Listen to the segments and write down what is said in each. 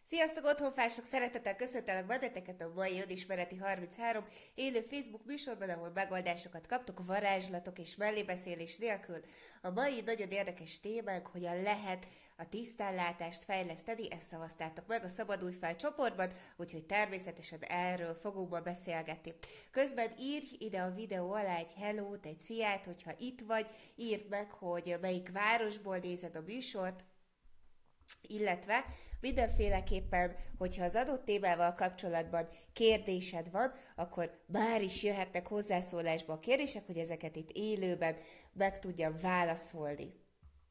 Sziasztok, otthonfások! Szeretettel köszöntelek benneteket a mai Önismereti 33 élő Facebook műsorban, ahol megoldásokat kaptok varázslatok és mellébeszélés nélkül. A mai nagyon érdekes témánk, hogyan lehet a tisztánlátást fejleszteni, ezt szavaztátok meg a Szabadulj Fel csoportban, úgyhogy természetesen erről fogunk ma beszélgetni. Közben írj ide a videó alá egy hellót, egy sziát, hogyha itt vagy, írd meg, hogy melyik városból nézed a műsort, illetve mindenféleképpen, hogyha az adott témával kapcsolatban kérdésed van, akkor bár is jöhetnek hozzászólásba a kérdések, hogy ezeket itt élőben meg tudjam válaszolni.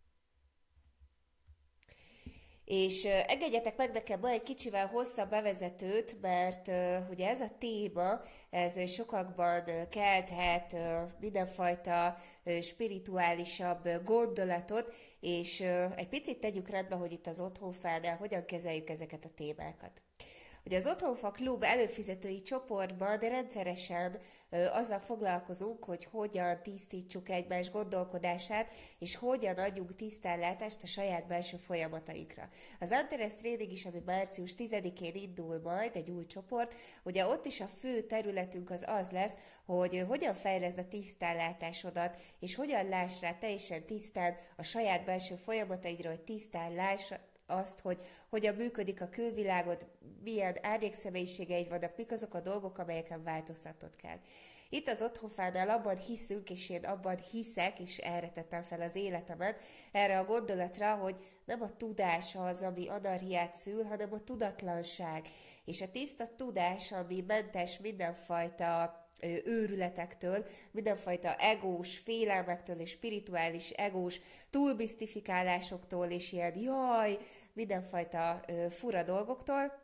És engedjetek meg nekem ma egy kicsivel hosszabb bevezetőt, mert ugye ez a téma, ez sokakban kelthet mindenfajta spirituálisabb gondolatot, és egy picit tegyük rendbe, hogy itt az Otthonfánál hogyan kezeljük ezeket a témákat. Ugye az Otthonfa Klub előfizetői csoportban rendszeresen azzal foglalkozunk, hogy hogyan tisztítsuk egymás gondolkodását, és hogyan adjunk tisztánlátást a saját belső folyamatainkra. Az Antares Training is, ami március 10-én indul majd, egy új csoport, ugye ott is a fő területünk az lesz, hogy hogyan fejleszd a tisztánlátásodat, és hogyan láss rá teljesen tisztán a saját belső folyamataidra, hogy tisztán láss azt, hogy hogyan működik a külvilágod, milyen árnyékszemélyiségeid vannak, mik azok a dolgok, amelyeken változtatnod kell. Itt az Otthonfánál abban hiszünk, és én abban hiszek, és erre tettem fel az életemet, erre a gondolatra, hogy nem a tudás az, ami anarhiát szül, hanem a tudatlanság. És a tiszta tudás, ami mentes mindenfajta őrületektől, mindenfajta egós félelmektől és spirituális egós túlmisztifikálásoktól és ilyen mindenfajta fura dolgoktól.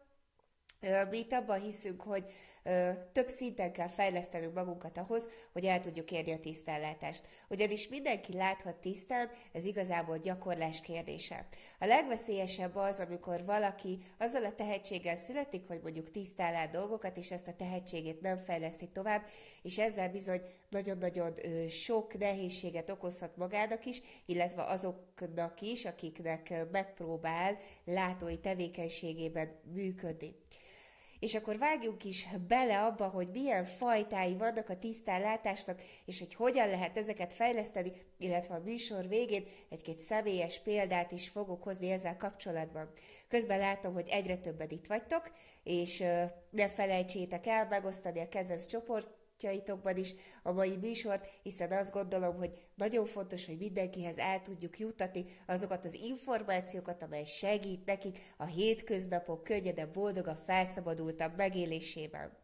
Mi itt abban hiszünk, hogy több szinten kell fejlesztenünk magunkat ahhoz, hogy el tudjuk érni a tisztánlátást. Ugyanis mindenki láthat tisztán, ez igazából gyakorlás kérdése. A legveszélyesebb az, amikor valaki azzal a tehetséggel születik, hogy mondjuk tisztán lát dolgokat, és ezt a tehetségét nem fejleszti tovább, és ezzel bizony nagyon-nagyon sok nehézséget okozhat magának is, illetve azoknak is, akiknek megpróbál látói tevékenységében működni. És akkor vágjunk is bele abba, hogy milyen fajtái vannak a tisztánlátásnak, és hogy hogyan lehet ezeket fejleszteni, illetve a műsor végén egy-két személyes példát is fogok hozni ezzel kapcsolatban. Közben látom, hogy egyre többen itt vagytok, és ne felejtsétek el megosztani a kedvenc csoportjaitokban is a mai műsort, hiszen azt gondolom, hogy nagyon fontos, hogy mindenkihez el tudjuk juttatni azokat az információkat, amely segít nekik a hétköznapok könnyedebb, boldogabb, felszabadultabb megélésében.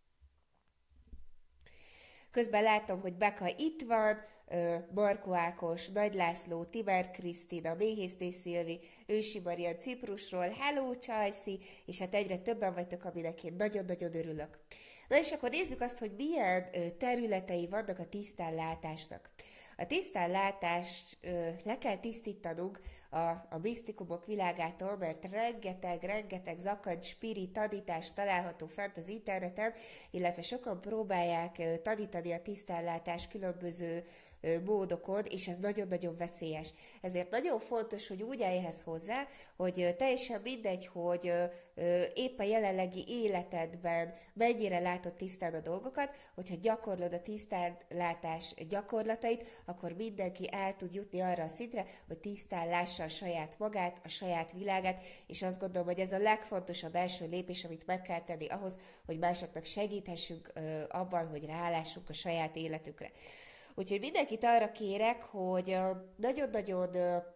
Közben látom, hogy Beka itt van, Markó Ákos, Nagy László, Tiber Krisztina, Méhészné Szilvi, Ősi Marian Ciprusról, Hello Csajci, és hát egyre többen vagytok, aminek én nagyon-nagyon örülök. Na és akkor nézzük azt, hogy milyen területei vannak a tisztánlátásnak. A tisztánlátást le kell tisztítanunk a misztikumok világától, mert rengeteg zakant spirit tanítás található fent az interneten, illetve sokan próbálják tanítani a tisztánlátás különböző módokon, és ez nagyon-nagyon veszélyes. Ezért nagyon fontos, hogy úgy állj ehhez hozzá, hogy teljesen mindegy, hogy épp a jelenlegi életedben mennyire látod tisztán a dolgokat, hogyha gyakorlod a tisztánlátás gyakorlatait, akkor mindenki el tud jutni arra a szintre, hogy tisztán lássa a saját magát, a saját világát, és azt gondolom, hogy ez a legfontosabb első lépés, amit meg kell tenni ahhoz, hogy másoknak segíthessünk abban, hogy rálássunk a saját életükre. Úgyhogy mindenkit arra kérek, hogy nagyon-nagyon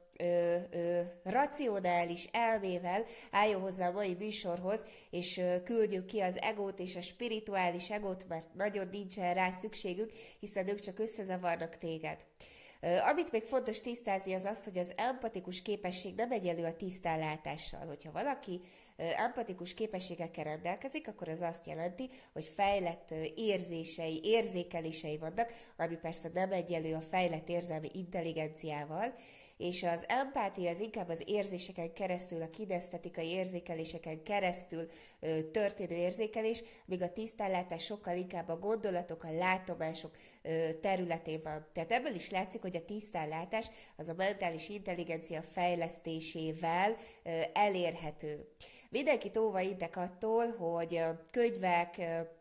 racionális elmével álljon hozzá a mai műsorhoz, és küldjük ki az egót és a spirituális egót, mert nagyon nincsen rá szükségük, hiszen ők csak összezavarnak téged. Amit még fontos tisztázni az az, hogy az empatikus képesség nem egyenlő a tisztánlátással. Hogyha valaki empatikus képességekkel rendelkezik, akkor az azt jelenti, hogy fejlett érzései, érzékelései vannak, ami persze nem egyenlő a fejlett érzelmi intelligenciával, és az empátia az inkább az érzéseken keresztül, a kinesztetikai érzékeléseken keresztül történő érzékelés, míg a tisztánlátás sokkal inkább a gondolatok, a látomások területén van. Tehát ebből is látszik, hogy a tisztánlátás az a mentális intelligencia fejlesztésével elérhető. Mindenkit óva intek attól, hogy könyvek,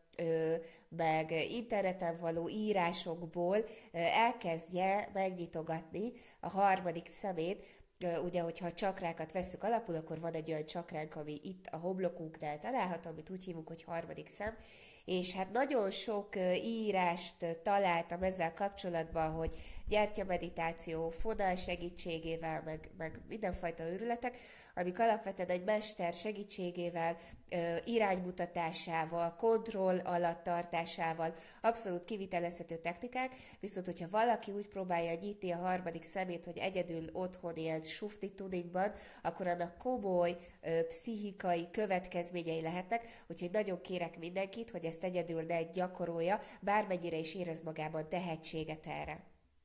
meg interneten való írásokból elkezdje megnyitogatni a harmadik szemét. Ugye, hogyha a csakrákat vesszük alapul, akkor van egy olyan csakránk, ami itt a homlokunknál található, amit úgy hívunk, hogy harmadik szem, és hát nagyon sok írást találtam ezzel kapcsolatban, hogy gyertyameditáció, fonal segítségével, meg mindenfajta őrületek, amik alapvetően egy mester segítségével, iránymutatásával, kontroll alatt tartásával abszolút kivitelezhető technikák, viszont hogyha valaki úgy próbálja nyitni a harmadik szemét, hogy egyedül otthon ilyen sufti tudikban, akkor annak komoly pszichikai következményei lehetnek, úgyhogy nagyon kérek mindenkit, hogy ezt egyedül ne gyakorolja, bármennyire is érez magában tehetséget erre.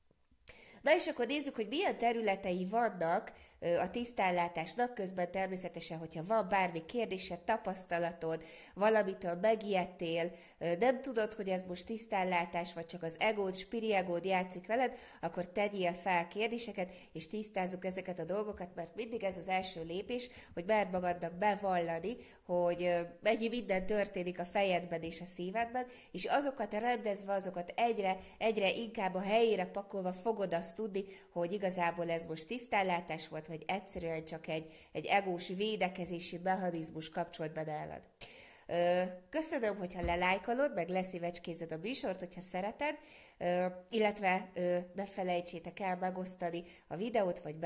Na és akkor nézzük, hogy milyen területei vannak a tisztánlátásnak, közben természetesen, hogyha van bármi kérdésed, tapasztalatod, valamitől megijedtél, nem tudod, hogy ez most tisztánlátás, vagy csak az egód, spiri egód játszik veled, akkor tegyél fel kérdéseket, és tisztázzuk ezeket a dolgokat, mert mindig ez az első lépés, hogy mer magadnak bevallani, hogy mennyi minden történik a fejedben és a szívedben, és azokat rendezve, azokat egyre inkább a helyére pakolva fogod azt tudni, hogy igazából ez most tisztánlátás volt, vagy egyszerűen csak egy egós védekezési mechanizmus kapcsolt be nálad. Köszönöm, hogyha lelájkolod, meg leszívecskézed a műsort, hogyha szereted, illetve ne felejtsétek el megosztani a videót, vagy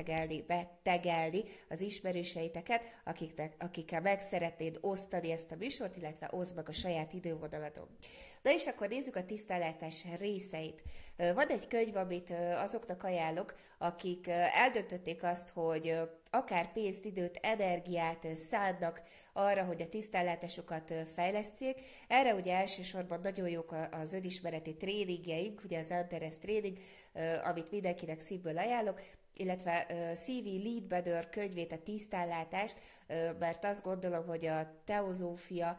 betegelni az ismerőseiteket, akikkel meg szeretnéd osztani ezt a műsort, illetve oszd meg a saját idővonaladon. Na és akkor nézzük a tisztánlátás részeit. Van egy könyv, amit azoknak ajánlok, akik eldöntötték azt, hogy akár pénzt, időt, energiát szánnak arra, hogy a tisztánlátásokat fejlesztjék. Erre ugye elsősorban nagyon jók az önismereti tréningjeink, ugye az Antares tréning, amit mindenkinek szívből ajánlok, illetve C.V. Leadbetter könyvét, a tisztánlátást, mert azt gondolom, hogy a teozófia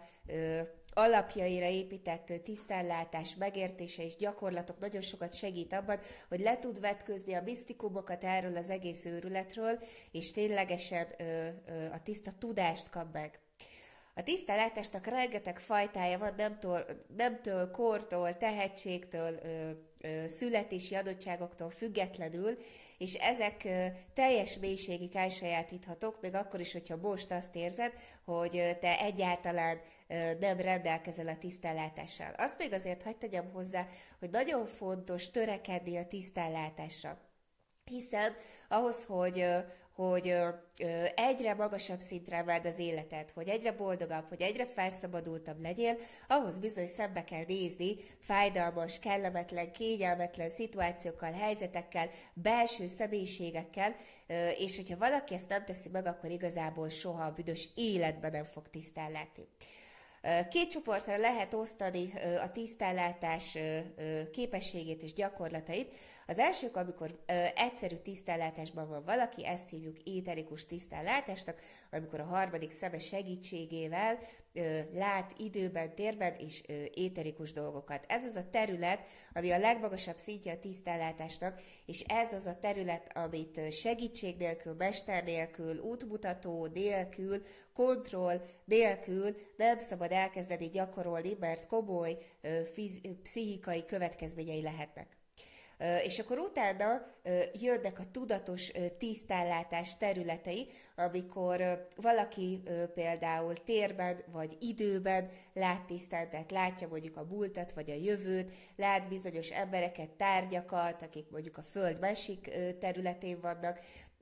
alapjaira épített tisztánlátás, megértése és gyakorlatok nagyon sokat segít abban, hogy le tud vetközni a misztikumokat erről az egész őrületről, és ténylegesen a tiszta tudást kap meg. A tisztánlátásnak rengeteg fajtája van, nemtől, kortól, tehetségtől, születési adottságoktól függetlenül, és ezek teljes mélységig elsajátíthatók, még akkor is, hogyha most azt érzed, hogy te egyáltalán nem rendelkezel a tisztánlátással. Azt még azért hagyd tegyem hozzá, hogy nagyon fontos törekedni a tisztánlátásra. Hiszen ahhoz, hogy egyre magasabb szintre emeld az életed, hogy egyre boldogabb, hogy egyre felszabadultabb legyél, ahhoz bizony szembe kell nézni fájdalmas, kellemetlen, kényelmetlen szituációkkal, helyzetekkel, belső személyiségekkel, és hogyha valaki ezt nem teszi meg, akkor igazából soha a büdös életben nem fog tisztán látni. Két csoportra lehet osztani a tisztánlátás képességét és gyakorlatait. Az elsők, amikor egyszerű tisztánlátásban van valaki, ezt hívjuk éterikus tisztánlátásnak, amikor a harmadik szeme segítségével lát időben, térben és éterikus dolgokat. Ez az a terület, ami a legmagasabb szintje a tisztánlátásnak, és ez az a terület, amit segítség nélkül, mester nélkül, útmutató nélkül, kontroll nélkül nem szabad elkezdeni gyakorolni, mert komoly pszichikai következményei lehetnek. És akkor utána jönnek a tudatos tisztánlátás területei, amikor valaki például térben vagy időben lát tisztán, tehát látja mondjuk a múltat vagy a jövőt, lát bizonyos embereket, tárgyakat, akik mondjuk a föld másik területén vannak,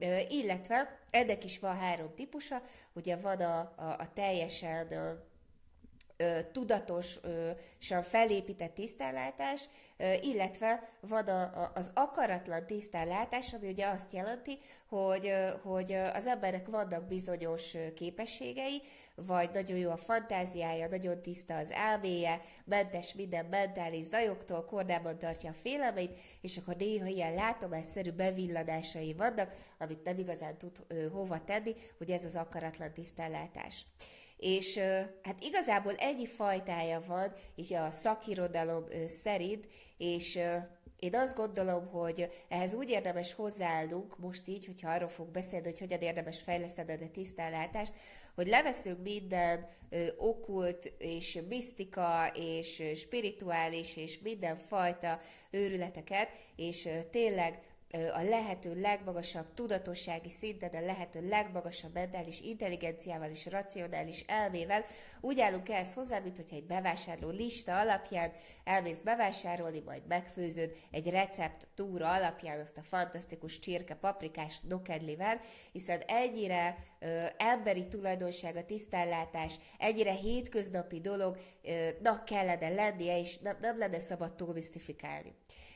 illetve ennek is van három típusa, ugye van a teljesen tudatosan felépített tisztánlátás, illetve van az akaratlan tisztánlátás, ami ugye azt jelenti, hogy az embernek vannak bizonyos képességei, vagy nagyon jó a fantáziája, nagyon tiszta az elméje, mentes minden mentális zajogtól, kordában tartja a félelmeit, és akkor néha ilyen látomásszerű bevillanásai vannak, amit nem igazán tud hova tenni, hogy ez az akaratlan tisztánlátás. És hát igazából ennyi fajtája van, így a szakirodalom szerint, és én azt gondolom, hogy ehhez úgy érdemes hozzáállnunk, most így, hogyha arról fogunk beszélni, hogy hogyan érdemes fejlesztened a tisztánlátást, hogy leveszünk minden okkult és misztika és spirituális és mindenfajta őrületeket, és tényleg a lehető legmagasabb tudatossági szinten, a lehető legmagasabb mentális intelligenciával és racionális elmével úgy állunk ehhez hozzá, mint hogyha egy bevásárló lista alapján elmész bevásárolni, majd megfőzöd egy recept túra alapján azt a fantasztikus csirke paprikás nokedlivel, hiszen ennyire emberi tulajdonság a tisztánlátás, ennyire hétköznapi dolognak kellene lennie, és nem lenne szabad túl misztifikálni.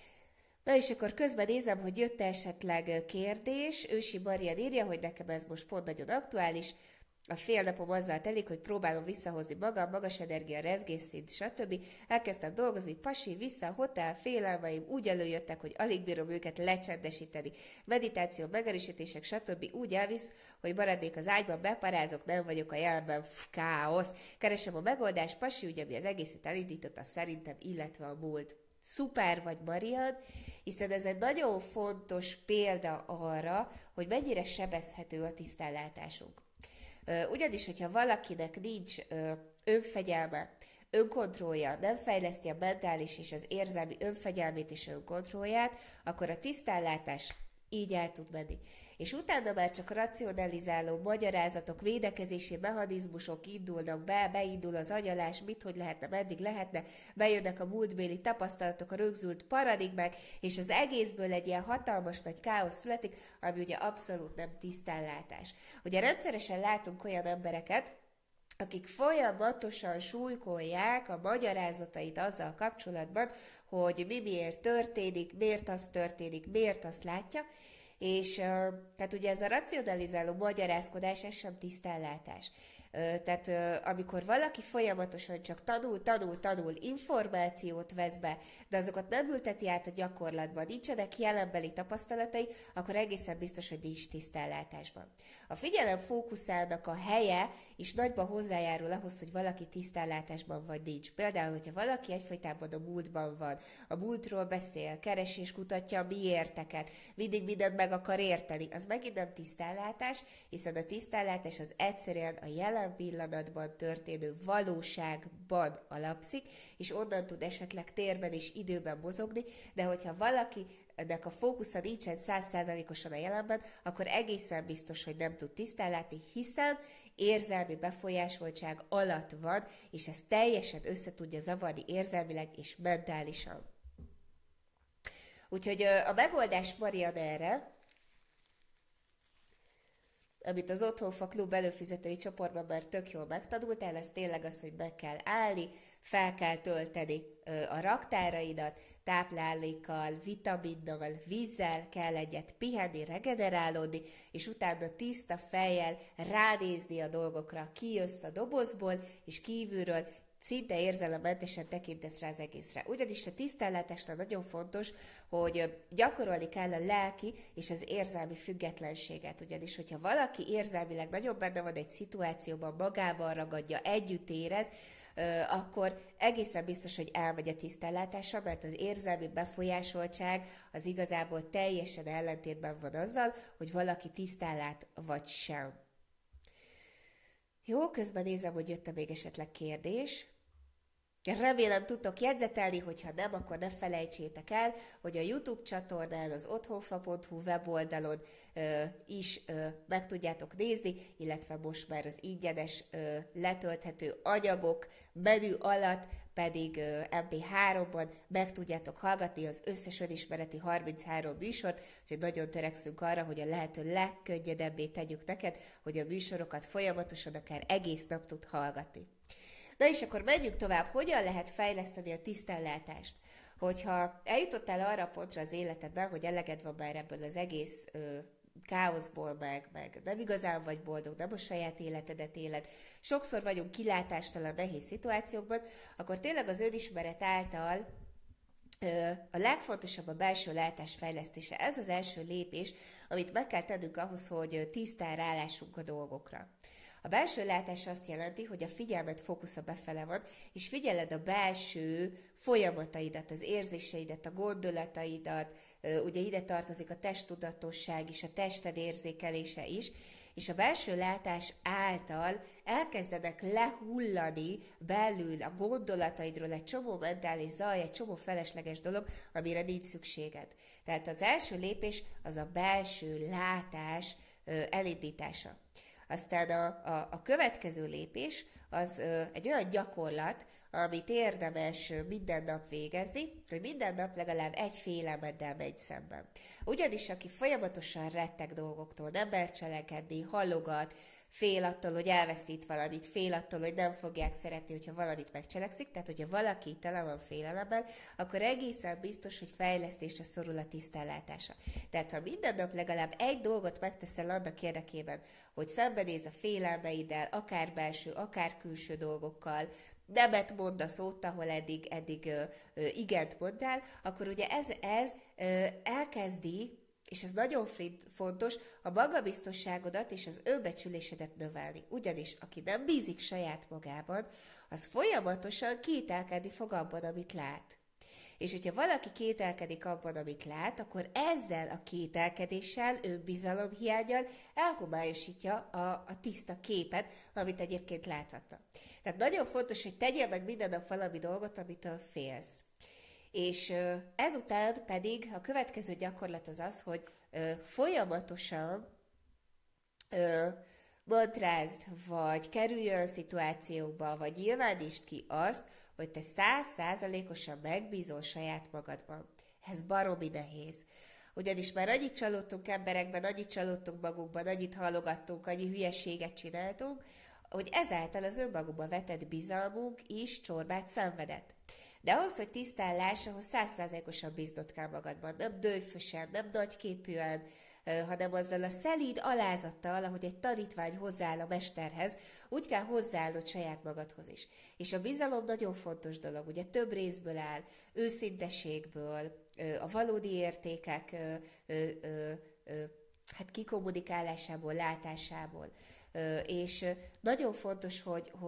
Na és akkor közben nézem, hogy jött esetleg kérdés. Ősi Marian írja, hogy nekem ez most pont nagyon aktuális. A fél napom azzal telik, hogy próbálom visszahozni magam, magas energia, rezgésszint, stb. Elkezdtem dolgozni, pasi, vissza a hotel, félelmeim úgy előjöttek, hogy alig bírom őket lecsendesíteni. Meditáció, megerősítések, stb. Úgy elvisz, hogy maradnék az ágyban, beparázok, nem vagyok a jelenben, káosz. Keresem a megoldást, pasi, ugye, ami az egészet elindította szerintem, illetve a múlt. Szuper vagy, Marian, hiszen ez egy nagyon fontos példa arra, hogy mennyire sebezhető a tisztánlátásunk. Ugyanis, hogyha valakinek nincs önfegyelme, önkontrollja, nem fejleszti a mentális és az érzelmi önfegyelmét és önkontrollját, akkor a tisztánlátás így el tud menni. És utána már csak racionalizáló magyarázatok, védekezési mechanizmusok indulnak be, beindul az agyalás, hogy lehetne, meddig lehetne, bejönnek a múltbéli tapasztalatok, a rögzült paradigmák, és az egészből egy ilyen hatalmas nagy káosz születik, ami ugye abszolút nem tisztánlátás. Ugye rendszeresen látunk olyan embereket, akik folyamatosan súlykolják a magyarázatait azzal kapcsolatban, hogy mi miért történik, miért azt látja, és tehát ugye ez a racionalizáló magyarázkodás, ez sem tisztánlátás. Tehát amikor valaki folyamatosan csak tanul, információt vesz be, de azokat nem ülteti át a gyakorlatban, nincsenek jelenbeli tapasztalatai, akkor egészen biztos, hogy nincs tisztánlátásban. A figyelem fókuszának a helye is nagyban hozzájárul ahhoz, hogy valaki tisztánlátásban vagy nincs. Például, hogyha valaki egyfajtában a múltban van, a múltról beszél, keres és kutatja a miérteket, mindig mindent meg akar érteni, az megint nem tisztánlátás, hiszen a tisztánlátás az egyszerűen a jelen pillanatban történő valóságban alapszik, és onnan tud esetleg térben és időben mozogni, de hogyha valakinek a fókusza nincsen 100%-osan a jelenben, akkor egészen biztos, hogy nem tud tisztán látni, hiszen érzelmi befolyásoltság alatt van, és ez teljesen össze tudja zavarni érzelmileg és mentálisan. Úgyhogy a megoldás, Marian, erre, amit az Otthonfa Klub előfizetői csoportban már tök jól megtanultál, ez tényleg az, hogy meg kell állni, fel kell tölteni a raktáraidat, táplálékkal, vitaminnal, vízzel, kell egyet pihenni, regenerálódni, és utána tiszta fejjel ránézni a dolgokra, kijössz a dobozból, és kívülről szinte érzelemmentesen tekintesz rá az egészre. Ugyanis a tisztánlátásnál nagyon fontos, hogy gyakorolni kell a lelki és az érzelmi függetlenséget. Ugyanis, hogyha valaki érzelmileg nagyon benne van egy szituációban, magával ragadja, együtt érez, akkor egészen biztos, hogy elmegy a tisztánlátása, mert az érzelmi befolyásoltság az igazából teljesen ellentétben van azzal, hogy valaki tisztán lát, vagy sem. Jó, közben nézem, hogy jött még esetleg kérdés. Remélem tudtok jegyzetelni, hogyha nem, akkor ne felejtsétek el, hogy a YouTube csatornán, az otthonfa.hu weboldalon is meg tudjátok nézni, illetve most már az ingyenes letölthető anyagok menü alatt pedig MP3-ban meg tudjátok hallgatni az összes önismereti 33 műsort, úgyhogy nagyon törekszünk arra, hogy a lehető legkönnyedebbé tegyük neked, hogy a műsorokat folyamatosan akár egész nap tud hallgatni. Na és akkor menjünk tovább, hogyan lehet fejleszteni a tisztellátást? Hogyha eljutottál arra a pontra az életedben, hogy eleged van már ebből az egész káoszból, meg nem igazán vagy boldog, nem a saját életedet éled, sokszor vagyunk kilátástalan nehéz szituációkban, akkor tényleg az önismeret által a legfontosabb a belső látás fejlesztése. Ez az első lépés, amit meg kell tennünk ahhoz, hogy tisztán rálásunk a dolgokra. A belső látás azt jelenti, hogy a figyelmet fókusza befele van, és figyeled a belső folyamataidat, az érzéseidet, a gondolataidat, ugye ide tartozik a testtudatosság is, a tested érzékelése is, és a belső látás által elkezdenek lehullani belül a gondolataidról egy csomó mentális zaj, egy csomó felesleges dolog, amire nincs szükséged. Tehát az első lépés az a belső látás elindítása. Aztán a következő lépés az egy olyan gyakorlat, amit érdemes minden nap végezni, hogy minden nap legalább egy félelmeddel megy szemben. Ugyanis aki folyamatosan retteg dolgoktól, nem mer cselekedni, hallogat, fél attól, hogy elveszít valamit, fél attól, hogy nem fogják szeretni, hogyha valamit megcselekszik, tehát hogyha valaki tele van félelemmel, akkor egészen biztos, hogy fejlesztésre szorul a tisztellátása. Tehát ha minden nap legalább egy dolgot megteszel annak érdekében, hogy szembenéz a félelmeiddel, akár belső, akár külső dolgokkal, nemet mondasz ott, ahol eddig igent mondtál, akkor ugye ez elkezdi, és ez nagyon fontos, a magabiztosságodat és az önbecsülésedet növelni. Ugyanis, aki nem bízik saját magában, az folyamatosan kételkedni fog abban, amit lát. És hogyha valaki kételkedik abban, amit lát, akkor ezzel a kételkedéssel, önbizalomhiánnyal elhomályosítja a tiszta képet, amit egyébként láthatta. Tehát nagyon fontos, hogy tegyél meg minden nap valami dolgot, amitől félsz. És ezután pedig a következő gyakorlat az az, hogy folyamatosan mantrázd, vagy kerülj olyan szituációkba, vagy nyilvánítsd ki azt, hogy te 100%-osan megbízol saját magadban. Ez baromi nehéz. Ugyanis már annyit csalódtunk emberekben, annyit csalódtunk magunkban, annyit hallogattunk, annyi hülyeséget csináltunk, hogy ezáltal az önmagunkba vetett bizalmunk is csorbát szenvedett. De ahhoz, hogy tisztán láss, ahhoz 100%-osan bíznod kell magadban, nem dőfösen, nem nagyképűen, hanem azzal a szelíd alázattal, ahogy egy tanítvány hozzááll a mesterhez, úgy kell hozzáállnod saját magadhoz is. És a bizalom nagyon fontos dolog, ugye több részből áll, őszinteségből, a valódi értékek kikommunikálásából, látásából. És nagyon fontos,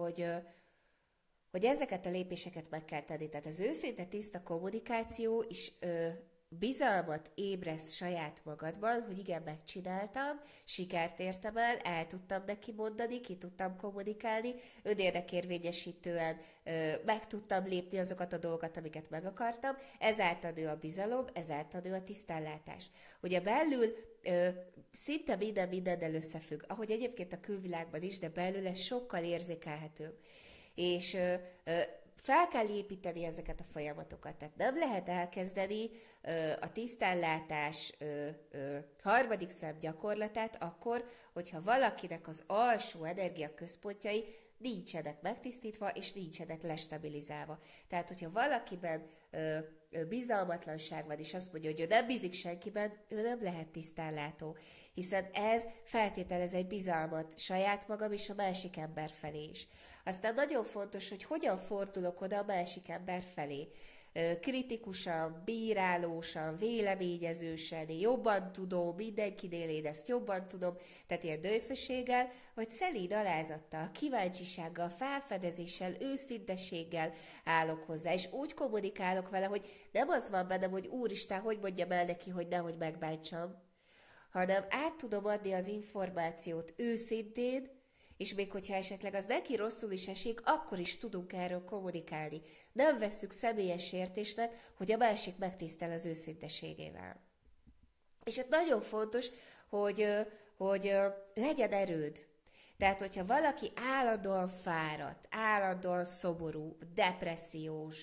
hogy ezeket a lépéseket meg kell tenni. Tehát az őszinte tiszta kommunikáció is bizalmat ébresz saját magadban, hogy igen, megcsináltam, sikert értem el tudtam neki mondani, ki tudtam kommunikálni, önérdekérvényesítően meg tudtam lépni azokat a dolgokat, amiket meg akartam, ezáltal nő a bizalom, ezáltal nő a tisztánlátás. Ugye belül szinte mindennel összefügg, ahogy egyébként a külvilágban is, de belül ez sokkal érzékelhetőbb. És fel kell építeni ezeket a folyamatokat. Tehát nem lehet elkezdeni a tisztánlátás harmadik szem gyakorlatát akkor, hogyha valakinek az alsó energiaközpontjai nincsenek megtisztítva, és nincsenek lestabilizálva. Tehát, hogyha valakiben bizalmatlanság van, és azt mondja, hogy ő nem bízik senkiben, ő nem lehet tisztánlátó. Hiszen ez feltételez egy bizalmat saját magam és a másik ember felé is. Aztán nagyon fontos, hogy hogyan fordulok oda a másik ember felé. Kritikusan, bírálósan, véleményezősen, jobban tudom, mindenkinél én ezt jobban tudom, tehát ilyen dőfösséggel, vagy szelíd alázattal, kíváncsisággal, felfedezéssel, őszintességgel állok hozzá, és úgy kommunikálok vele, hogy nem az van bennem, hogy úristen, hogy mondjam el neki, hogy nehogy megbántsam, hanem át tudom adni az információt őszintén, és még hogyha esetleg az neki rosszul is esik, akkor is tudunk erről kommunikálni. Nem vesszük személyes sértésnek, hogy a másik megtisztel az őszinteségével. És hát nagyon fontos, hogy legyen erőd. Tehát, hogyha valaki állandóan fáradt, állandóan szomorú, depressziós,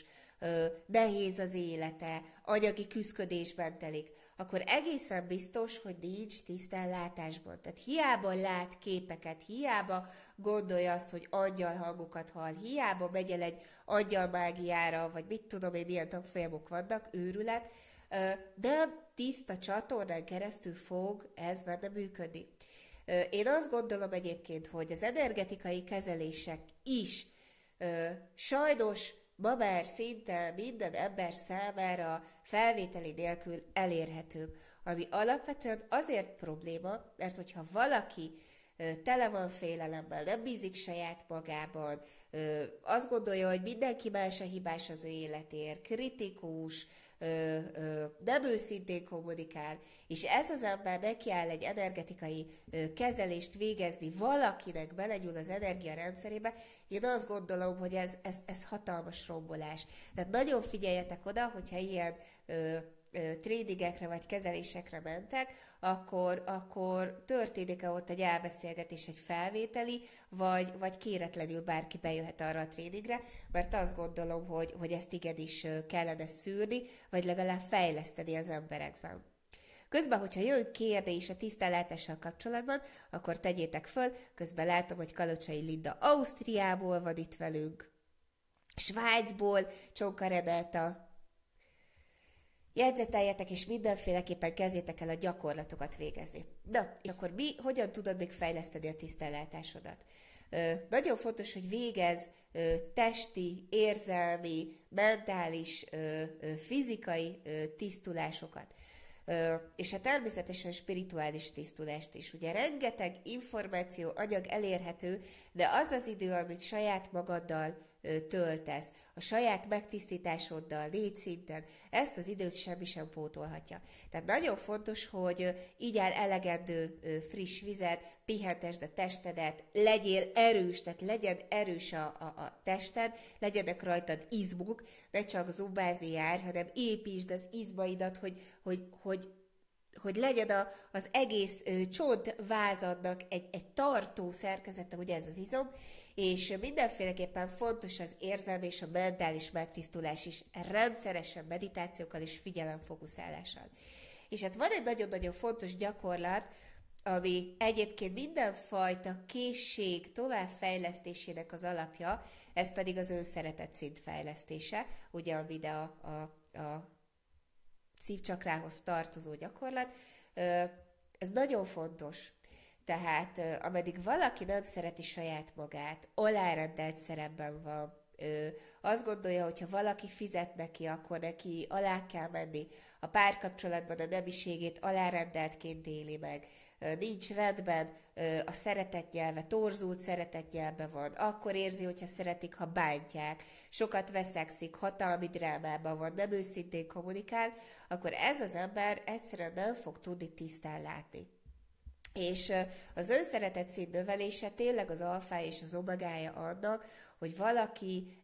nehéz az élete, anyagi küszködésben telik, akkor egészen biztos, hogy nincs tisztánlátásban. Tehát hiába lát képeket, hiába gondolja azt, hogy angyalhangokat hall, hiába megy el egy angyalmágiára, vagy mit tudom én, milyen tanfolyamok vannak, őrület, de tiszta csatornán keresztül fog ez benne működni. Én azt gondolom egyébként, hogy az energetikai kezelések is sajnos ma már szinte minden ember számára felvételi nélkül elérhetők, ami alapvetően azért probléma, mert hogyha valaki tele van félelemmel, nem bízik saját magában, azt gondolja, hogy mindenki más a hibás az ő életéért, kritikus, nem őszintén kommunikál, és ez az ember nekiáll egy energetikai kezelést végezni, valakinek belegyúl az energiarendszerébe, én azt gondolom, hogy ez hatalmas rombolás. Tehát nagyon figyeljetek oda, hogyha ilyen tradingekre vagy kezelésekre mentek, akkor történik-e ott egy elbeszélgetés, egy felvételi, vagy kéretlenül bárki bejöhet arra a tradingre, mert azt gondolom, hogy ezt igenis kellene szűrni, vagy legalább fejleszteni az emberekben. Közben, hogyha jön kérdés a tisztánlátással kapcsolatban, akkor tegyétek föl, közben látom, hogy Kalocsai Linda Ausztriából van itt velünk, Svájcból, Csonka Renata. Jegyzeteljetek, és mindenféleképpen kezdjétek el a gyakorlatokat végezni. Na, és akkor hogyan tudod még fejleszteni a tisztánlátásodat? Nagyon fontos, hogy végezz testi, érzelmi, mentális, fizikai tisztulásokat. És hát természetesen spirituális tisztulást is. Ugye rengeteg információ, anyag elérhető, de az az idő, amit saját magaddal töltesz, a saját megtisztításoddal, létszinten, ezt az időt semmi sem pótolhatja. Tehát nagyon fontos, hogy igyál elegendő friss vizet, pihentesd a testedet, legyél erős, tehát legyen erős a tested, legyenek rajtad izmok, ne csak zumbázni jár, hanem építsd az izmaidat, hogy legyen az egész csontvázadnak egy tartó szerkezete, ugye ez az izom, és mindenféleképpen fontos az érzelmi és a mentális megtisztulás is, rendszeresen meditációkkal és figyelemfókuszálással. És hát van egy nagyon-nagyon fontos gyakorlat, ami egyébként mindenfajta készség továbbfejlesztésének az alapja, ez pedig az önszeretet szint fejlesztése, ugye ami a szívcsakrához tartozó gyakorlat. Ez nagyon fontos. Tehát ameddig valaki nem szereti saját magát, alárendelt szerepben van, azt gondolja, hogy ha valaki fizet neki, akkor neki alá kell menni. A párkapcsolatban a nemiségét alárendeltként éli meg. Nincs rendben, a szeretetnyelve, torzult szeretetnyelve van. Akkor érzi, hogyha szeretik, ha bántják. Sokat veszekszik, hatalmi drámában van, nem őszintén kommunikál, akkor ez az ember egyszerűen nem fog tudni tisztán látni. És az önszeretet szint növelése tényleg az alfája és az omegája annak, hogy valaki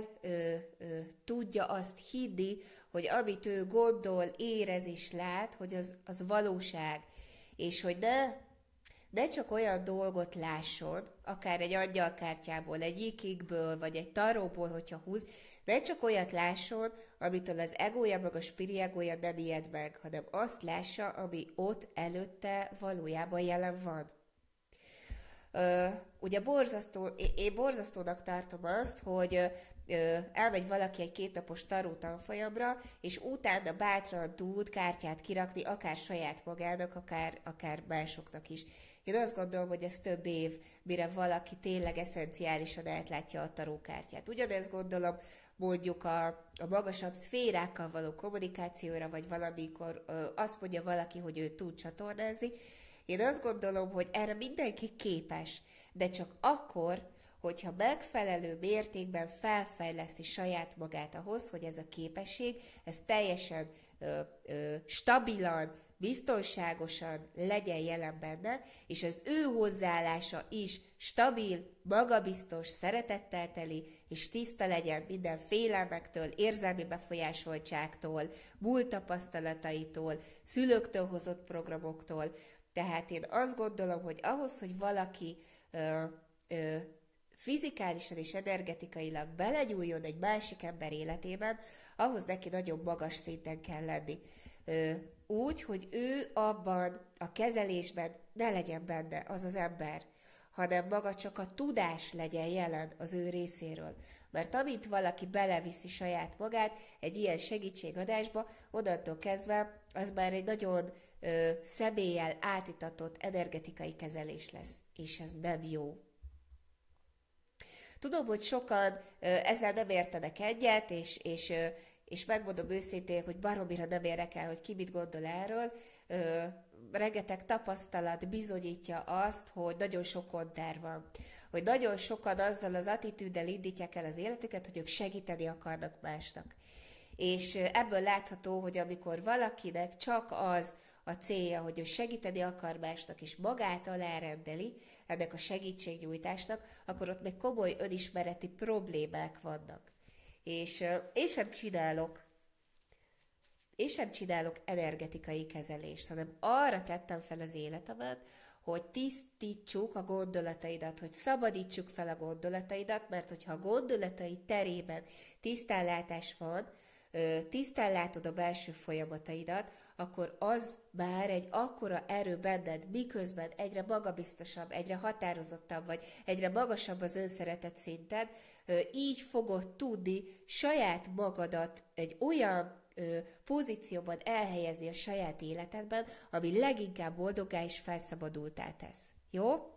tudja azt hinni, hogy amit ő gondol, érez és lát, hogy az valóság. És hogy ne csak olyan dolgot lásson, akár egy angyalkártyából, egy ikigből, vagy egy taróból, hogyha húz, ne csak olyat lásson, amitől az egója meg a spiri egója nem ijed meg, hanem azt lássa, ami ott előtte valójában jelen van. Ugye én borzasztónak tartom azt, hogy elmegy valaki egy 2 napos taró tanfolyamra, és utána bátran tud kártyát kirakni, akár saját magának, akár másoknak is. Én azt gondolom, hogy ez több év, mire valaki tényleg eszenciálisan átlátja a tarókártyát. Ugyanezt gondolom mondjuk a magasabb szférákkal való kommunikációra, vagy valamikor azt mondja valaki, hogy ő tud csatornázni. Én azt gondolom, hogy erre mindenki képes, de csak akkor, hogyha megfelelő mértékben felfejleszti saját magát ahhoz, hogy ez a képesség, ez teljesen stabilan, biztonságosan legyen jelen benne, és az ő hozzáállása is stabil, magabiztos, szeretettel teli, és tiszta legyen minden félelmektől, érzelmi befolyásoltságtól, múlt tapasztalataitól, szülőktől hozott programoktól. Tehát én azt gondolom, hogy ahhoz, hogy valaki fizikálisan és energetikailag belegyújjon egy másik ember életében, ahhoz neki nagyon magas szinten kell lenni. Úgy, hogy ő abban a kezelésben ne legyen benne az az ember, hanem maga csak a tudás legyen jelen az ő részéről. Mert amint valaki beleviszi saját magát egy ilyen segítségadásba, onnantól kezdve az már egy nagyon személlyel átitatott energetikai kezelés lesz, és ez nem jó. Tudom, hogy sokan ezzel nem értenek egyet, és megmondom őszintén, hogy baromira nem érdekel, hogy ki mit gondol erről. Rengeteg tapasztalat bizonyítja azt, hogy nagyon sok konter van. Hogy nagyon sokan azzal az attitűddel indítják el az életüket, hogy ők segíteni akarnak másnak. És ebből látható, hogy amikor valakinek csak az a célja, hogy ő segíteni akar másnak, és magát alárendeli ennek a segítségnyújtásnak, akkor ott még komoly önismereti problémák vannak. És én sem csinálok energetikai kezelést, hanem arra tettem fel az életemet, hogy tisztítsuk a gondolataidat, hogy szabadítsuk fel a gondolataidat, mert hogyha a gondolataid terében tisztánlátás van, tisztán látod a belső folyamataidat, akkor az már egy akkora erő benned, miközben egyre magabiztosabb, egyre határozottabb vagy, egyre magasabb az önszeretet szinted, így fogod tudni saját magadat egy olyan pozícióban elhelyezni a saját életedben, ami leginkább boldoggá és felszabadultá tesz. Jó?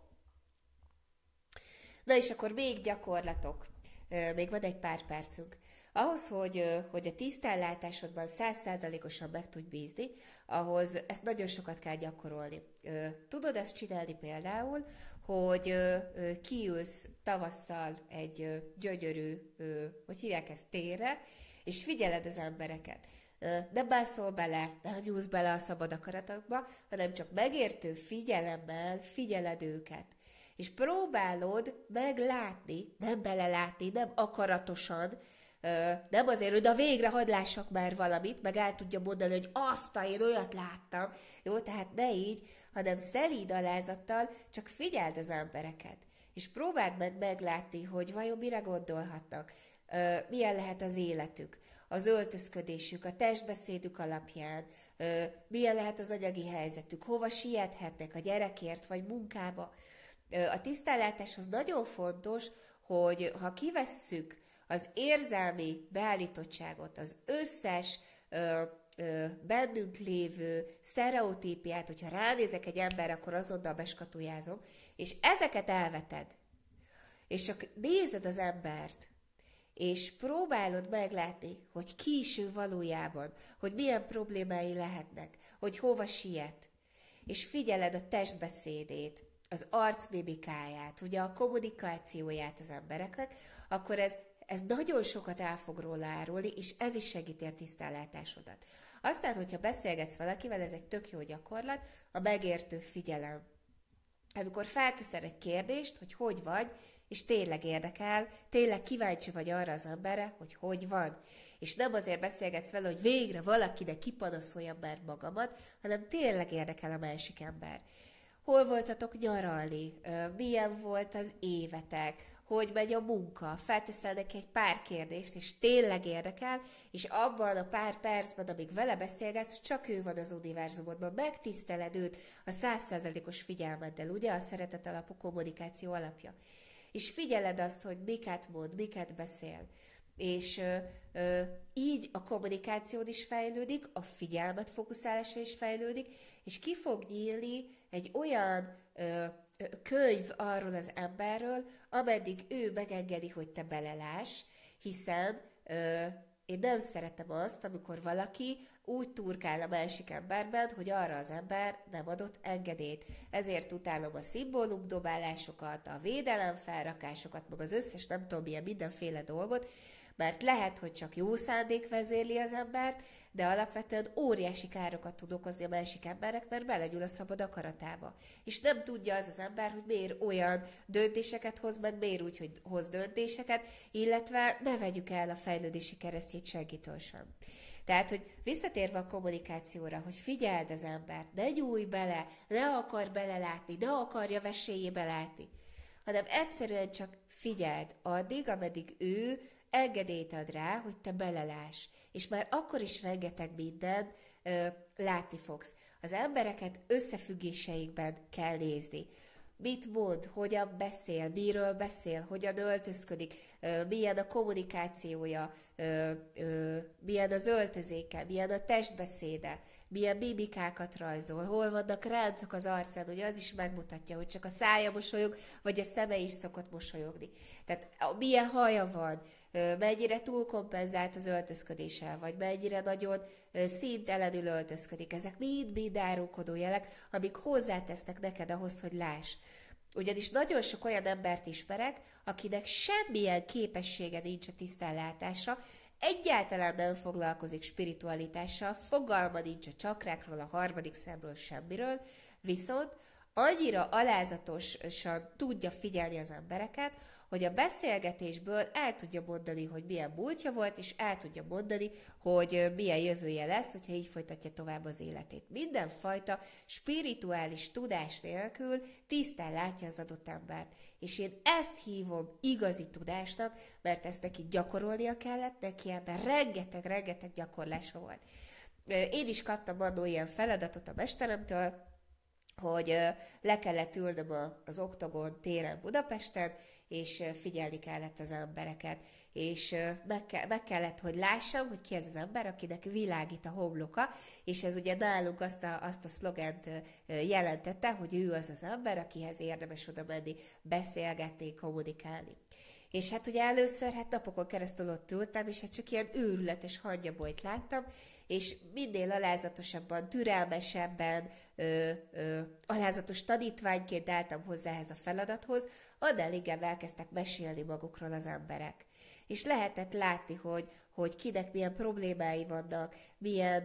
Na és akkor még gyakorlatok. Még van egy pár percünk. Ahhoz, hogy a tisztánlátásodban 100%-osan meg tudj bízni, ahhoz ezt nagyon sokat kell gyakorolni. Tudod ezt csinálni például, hogy kiülsz tavasszal egy gyönyörű, hogy hívják ezt, térre, és figyeled az embereket. Nem bászol bele, nem nyúlsz bele a szabad akaratokba, hanem csak megértő figyelemmel figyeled őket. És próbálod meglátni, nem belelátni, nem akaratosan, nem azért, hogy de végre hadd lássak már valamit, meg el tudja mondani, hogy én olyat láttam. Jó, tehát ne így, hanem szelíd alázattal, csak figyeld az embereket. És próbáld meg meglátni, hogy vajon mire gondolhatnak, milyen lehet az életük, az öltözködésük, a testbeszédük alapján, milyen lehet az anyagi helyzetük, hova siethetnek a gyerekért vagy munkába. A tisztánlátáshoz nagyon fontos, hogy ha kivesszük az érzelmi beállítottságot, az összes bennünk lévő sztereotípiát, hogyha ránézek egy emberre, akkor azonnal beskatujázom, és ezeket elveted, és csak nézed az embert, és próbálod meglátni, hogy ki is ő valójában, hogy milyen problémái lehetnek, hogy hova siet, és figyeled a testbeszédét, az arcmimikáját, ugye a kommunikációját az embereknek, akkor ez nagyon sokat el fog róla árulni, és ez is segíti a tisztánlátásodat. Aztán, hogyha beszélgetsz valakivel, ez egy tök jó gyakorlat, a megértő figyelem. Amikor felteszed egy kérdést, hogy vagy, és tényleg érdekel, tényleg kíváncsi vagy arra az emberre, hogy van. És nem azért beszélgetsz vele, hogy végre valakinek kipanaszoljam már magamat, hanem tényleg érdekel a másik ember. Hol voltatok nyaralni? Milyen volt az évetek? Hogy megy a munka? Felteszel neki egy pár kérdést, és tényleg érdekel, és abban a pár percben, amíg vele beszélgetsz, csak ő van az univerzumodban. Megtiszteled őt a 100%-os figyelmeddel, ugye? A szeretet alapú kommunikáció alapja. És figyeled azt, hogy miket mond, miket beszél. És így a kommunikációd is fejlődik, a figyelmet fókuszálása is fejlődik, és ki fog nyílni egy olyan könyv arról az emberről, ameddig ő megengedi, hogy te beleláss, hiszen én nem szeretem azt, amikor valaki úgy turkál a másik emberben, hogy arra az ember nem adott engedélyt. Ezért utálom a szimbólumdobálásokat, a védelemfelrakásokat, meg az összes nem tudom milyen mindenféle dolgot, mert lehet, hogy csak jó szándék vezérli az embert, de alapvetően óriási károkat tud okozni a másik embernek, mert belegyúl a szabad akaratába. És nem tudja az az ember, hogy miért olyan döntéseket hoz, meg miért úgy, hogy hoz döntéseket, illetve ne vegyük el a fejlődési keresztjét senkitől sem. Tehát, hogy visszatérve a kommunikációra, hogy figyeld az embert, ne nyújj bele, ne akar belelátni, ne akarja vesélyébe látni, hanem egyszerűen csak figyeld addig, ameddig ő engedélyt ad rá, hogy te beleláss. És már akkor is rengeteg mindent látni fogsz. Az embereket összefüggéseikben kell nézni. Mit mond, hogyan beszél, miről beszél, hogyan öltözködik, milyen a kommunikációja, milyen az öltözéke, milyen a testbeszéde, milyen mimikákat rajzol, hol vannak ráncok az arcán, ugye az is megmutatja, hogy csak a szája mosolyog, vagy a szeme is szokott mosolyogni. Tehát milyen haja van, mennyire túlkompenzált az öltözködéssel, vagy mennyire nagyon színtelenül öltözködik. Ezek mind árulkodó jelek, amik hozzátesznek neked ahhoz, hogy láss. Ugyanis nagyon sok olyan embert ismerek, akinek semmilyen képessége nincs a tisztánlátásra, egyáltalán nem foglalkozik spiritualitással, fogalma nincs a csakrákról, a harmadik szemről, semmiről, viszont annyira alázatosan tudja figyelni az embereket, hogy a beszélgetésből el tudja mondani, hogy milyen múltja volt, és el tudja mondani, hogy milyen jövője lesz, hogyha így folytatja tovább az életét. Mindenfajta spirituális tudás nélkül tisztán látja az adott embert. És én ezt hívom igazi tudásnak, mert ezt neki gyakorolnia kellett, neki ebben rengeteg gyakorlása volt. Én is kaptam annól ilyen feladatot a mesteremtől, hogy le kellett ülnöm az Oktogon téren Budapesten, és figyelni kellett az embereket. És meg kellett, hogy lássam, hogy ki ez az ember, akinek világít a homloka, és ez ugye nálunk azt a szlogent jelentette, hogy ő az az ember, akihez érdemes oda menni, beszélgetni, kommunikálni. És hát ugye először napokon keresztül ott ültem, és hát csak ilyen őrületes hangyabolyt láttam, és minél alázatosabban, türelmesebben, alázatos tanítványként álltam hozzá ehhez a feladathoz, annál inkább elkezdtek mesélni magukról az emberek. És lehetett látni, hogy kinek milyen problémái vannak, milyen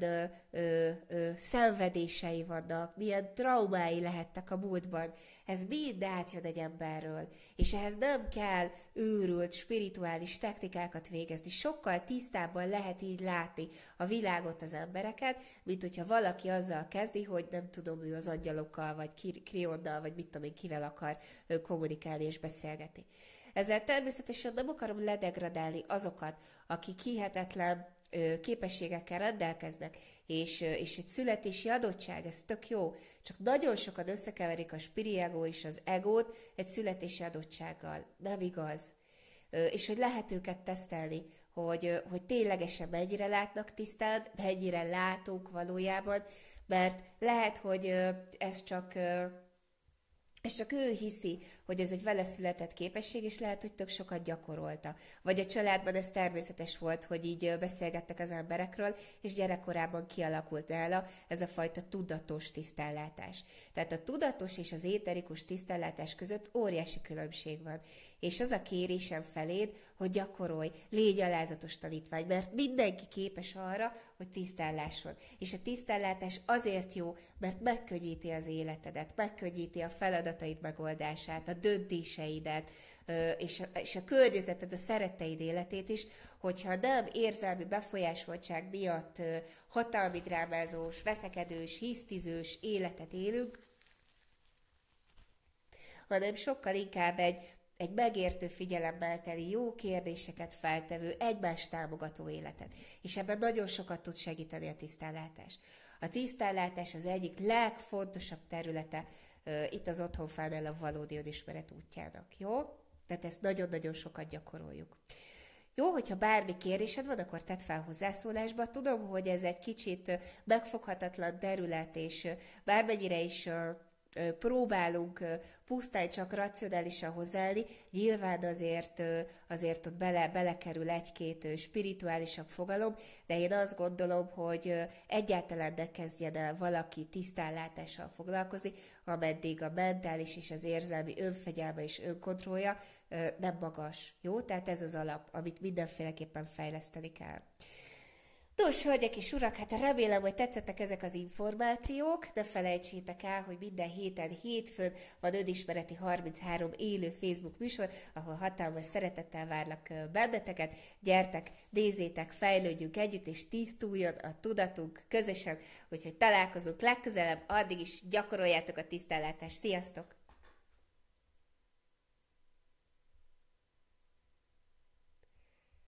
szenvedései vannak, milyen traumái lehettek a múltban. Ez mind átjön egy emberről. És ehhez nem kell őrült, spirituális technikákat végezni. Sokkal tisztábban lehet így látni a világot, az embereket, mint hogyha valaki azzal kezdi, hogy nem tudom, ő az angyalokkal, vagy Krionnal, vagy mit tudom én, kivel akar kommunikálni és beszélgetni. Ezzel természetesen nem akarom ledegradálni azokat, akik hihetetlen képességekkel rendelkeznek, és egy születési adottság, ez tök jó, csak nagyon sokan összekeverik a spiri ego és az egót egy születési adottsággal. Nem igaz. És hogy lehet őket tesztelni, hogy ténylegesen mennyire látnak tisztán, mennyire látunk valójában, mert lehet, hogy ez csak ő hiszi, hogy ez egy vele született képesség, és lehet, hogy tök sokat gyakorolta. Vagy a családban ez természetes volt, hogy így beszélgettek az emberekről, és gyerekkorában kialakult nála ez a fajta tudatos tisztánlátás. Tehát a tudatos és az éterikus tisztánlátás között óriási különbség van. És az a kérésem feléd, hogy gyakorolj, légy alázatos tanítvány, mert mindenki képes arra, hogy tisztánlásson. És a tisztánlátás azért jó, mert megkönnyíti az életedet, megkönnyíti a feladataid megoldását, a döntéseidet, és a környezeted, a szeretteid életét is, hogyha nem érzelmi befolyásoltság miatt hatalmi drámázós, veszekedős, hisztizős életet élünk, hanem sokkal inkább egy megértő figyelemmel teli, jó kérdéseket feltevő, egymást támogató életet. És ebben nagyon sokat tud segíteni a tisztánlátás. A tisztánlátás az egyik legfontosabb területe itt az Otthonfánál a valódi önismeret útjának, jó? Tehát ezt nagyon-nagyon sokat gyakoroljuk. Jó, hogyha bármi kérésed van, akkor tedd fel hozzászólásba. Tudom, hogy ez egy kicsit megfoghatatlan terület, és bármennyire is próbálunk pusztán csak racionálisan hozzáállni, nyilván azért ott belekerül egy-két spirituálisabb fogalom, de én azt gondolom, hogy egyáltalán ne kezdjen el valaki tisztánlátással foglalkozni, ameddig a mentális és az érzelmi önfegyelme és önkontrollja nem magas. Jó? Tehát ez az alap, amit mindenféleképpen fejleszteni kell. Nos, hölgyek és urak, hát remélem, hogy tetszettek ezek az információk. Ne felejtsétek el, hogy minden hétfőn van Önismereti 33 élő Facebook műsor, ahol hatalmas szeretettel várlak benneteket. Gyertek, nézzétek, fejlődjünk együtt, és tisztuljon a tudatunk közösen, úgyhogy találkozunk legközelebb, addig is gyakoroljátok a tisztánlátást. Sziasztok!